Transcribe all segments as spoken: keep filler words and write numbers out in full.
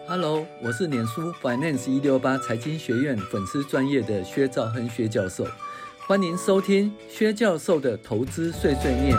Hello， 我是脸书 Finance 一六八财经学院粉丝专业的薛兆亨薛教授，欢迎收听薛教授的投资碎碎念。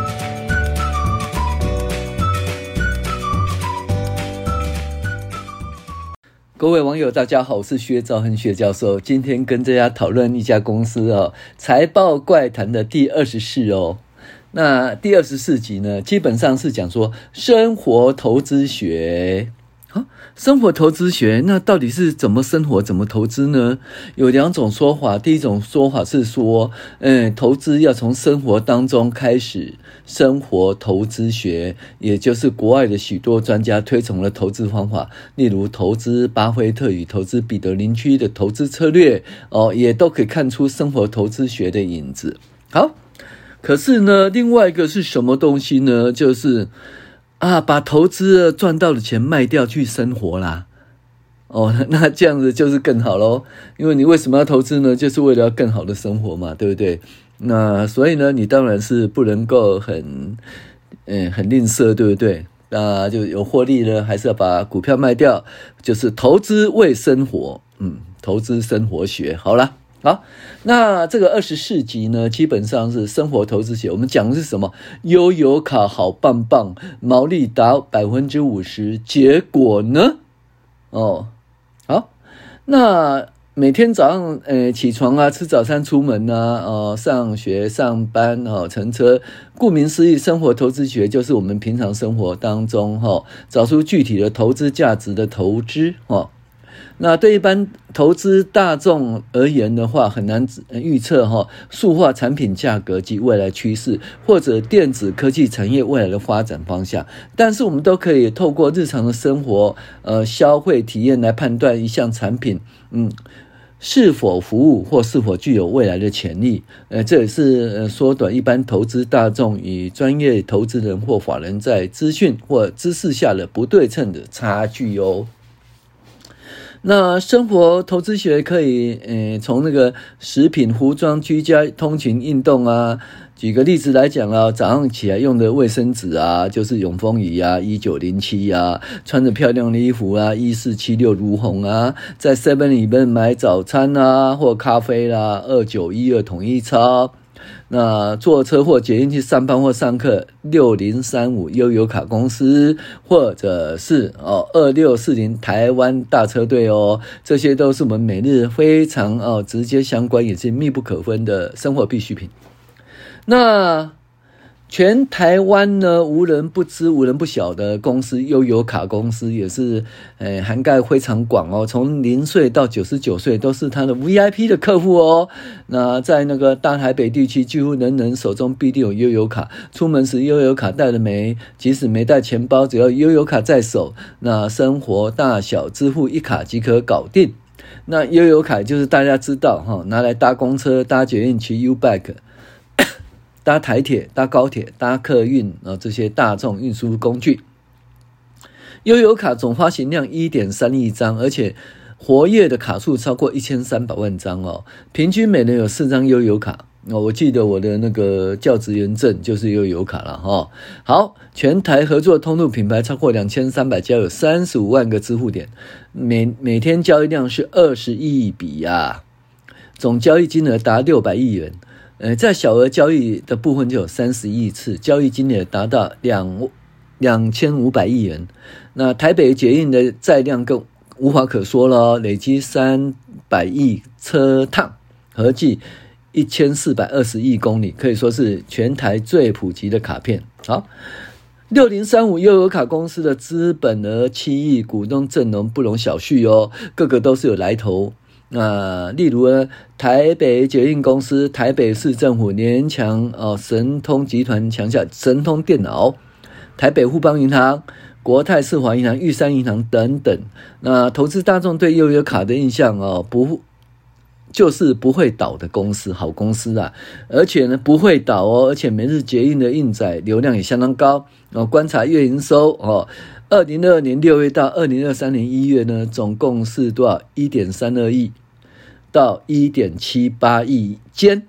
各位网友大家好，我是薛兆亨薛教授，今天跟大家讨论一家公司哦，财报怪谈的第二十四哦。那第二十四集呢，基本上是讲说生活投资学。啊，生活投资学那到底是怎么生活怎么投资呢？有两种说法，第一种说法是说嗯，投资要从生活当中开始，生活投资学也就是国外的许多专家推崇的投资方法，例如投资巴菲特与投资彼得林区的投资策略哦，也都可以看出生活投资学的影子。好，可是呢，另外一个是什么东西呢？就是啊，把投资赚到的钱卖掉去生活啦。哦，那这样子就是更好咯，因为你为什么要投资呢？就是为了要更好的生活嘛，对不对？那所以呢，你当然是不能够很嗯很吝啬，对不对？那就有获利了，还是要把股票卖掉，就是投资为生活，嗯，投资生活学。好啦。好，那这个二十四集呢，基本上是生活投资学。我们讲的是什么？悠游卡好棒棒，毛利达 百分之五十， 结果呢？哦，好，那每天早上呃起床啊，吃早餐出门啊，哦上学上班哦乘车，顾名思义，生活投资学就是我们平常生活当中哈、哦，找出具体的投资价值的投资哦。那对一般投资大众而言的话，很难预测哈塑化产品价格及未来趋势，或者电子科技产业未来的发展方向。但是我们都可以透过日常的生活呃消费体验来判断一项产品嗯是否服务或是否具有未来的潜力。呃，这也是呃缩短一般投资大众与专业投资人或法人在资讯或知识下的不对称的差距哦。那生活投资学可以呃从那个食品、服装、居家、通勤、运动啊，举个例子来讲啊，早上起来用的卫生纸啊，就是永丰仪啊一九零七啊，穿着漂亮的衣服啊一四七六如虹啊，在 seven 里面买早餐啊或咖啡啦二九一二统一超。那坐车或捷运去上班或上课六零三五悠游卡公司，或者是哦二六四零台湾大车队哦，这些都是我们每日非常哦直接相关也是密不可分的生活必需品。那全台湾呢无人不知无人不晓的公司悠游卡公司也是呃涵盖非常广哦，从零岁到九十九岁都是他的 V I P 的客户哦。那在那个大台北地区几乎人人手中必定有悠游卡，出门时悠游卡带了没，即使没带钱包，只要悠游卡在手，那生活大小支付一卡即可搞定。那悠游卡就是大家知道哈，拿来搭公车搭捷运骑 U-Bike，搭台铁、搭高铁、搭客运啊，这些大众运输工具。悠游卡总发行量 一点三亿张，而且活跃的卡数超过一千三百万张哦，平均每人有四张悠游卡哦。我记得我的那个教职员证就是悠游卡了哈、哦。好，全台合作通路品牌超过两千三百家，有三十五万个支付点，每每天交易量是二十亿笔呀、啊，总交易金额达六百亿元。呃，在小额交易的部分就有三十亿次，交易金额达到两两千五百亿元。那台北捷运的载量更无话可说了，累积三百亿车趟，合计一千四百二十亿公里，可以说是全台最普及的卡片。好，六零三五悠游卡公司的资本额七亿，股东阵容不容小觑哦，个个都是有来头。那例如呢，台北捷运公司、台北市政府、联强哦、神通集团旗下神通电脑、台北富邦银行、国泰世华银行、玉山银行等等。那投资大众对悠游卡的印象哦，不就是不会倒的公司，好公司啊，而且呢不会倒哦，而且每日捷运的运载流量也相当高哦。观察月营收哦。二零二二年六月到二零二三年一月呢，总共是多少？ 一点三二亿到 一点七八亿间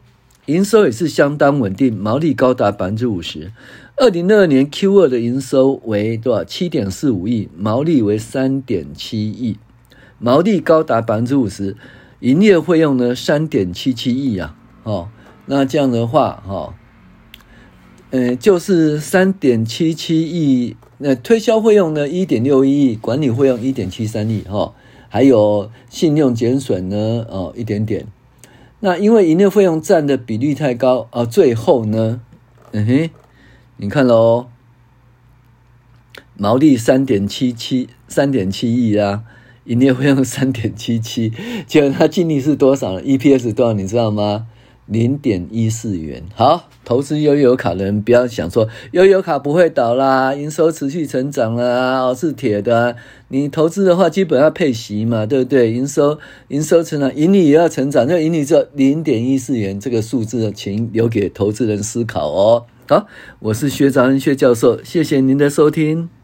营收也是相当稳定，毛利高达 百分之五十。二零二二年 Q 二 的营收为多少 ？七点四五亿，毛利为 三点七亿，毛利高达 百分之五十， 营业费用呢 三点七七亿啊。哦，那这样的话哦，呃就是 三点七七亿，那推销费用呢 一点六一亿，管理费用 一点七三亿哦，还有信用减损呢哦一点点。那因为营业费用占的比率太高啊，最后呢，嗯哼，你看咯，毛利 三点七七 三点七亿啊，营业费用 三点七七， 结果它净利是多少呢？ E P S 多少你知道吗？ 零点一四元。好，投资悠游卡的人不要想说悠游卡不会倒啦，营收持续成长啦，哦是铁的啊。你投资的话基本要配息嘛，对不对？营收营收成长，盈利也要成长，那盈利只有 零点一四元，这个数字请留给投资人思考哦。好，我是薛兆亨薛教授，谢谢您的收听。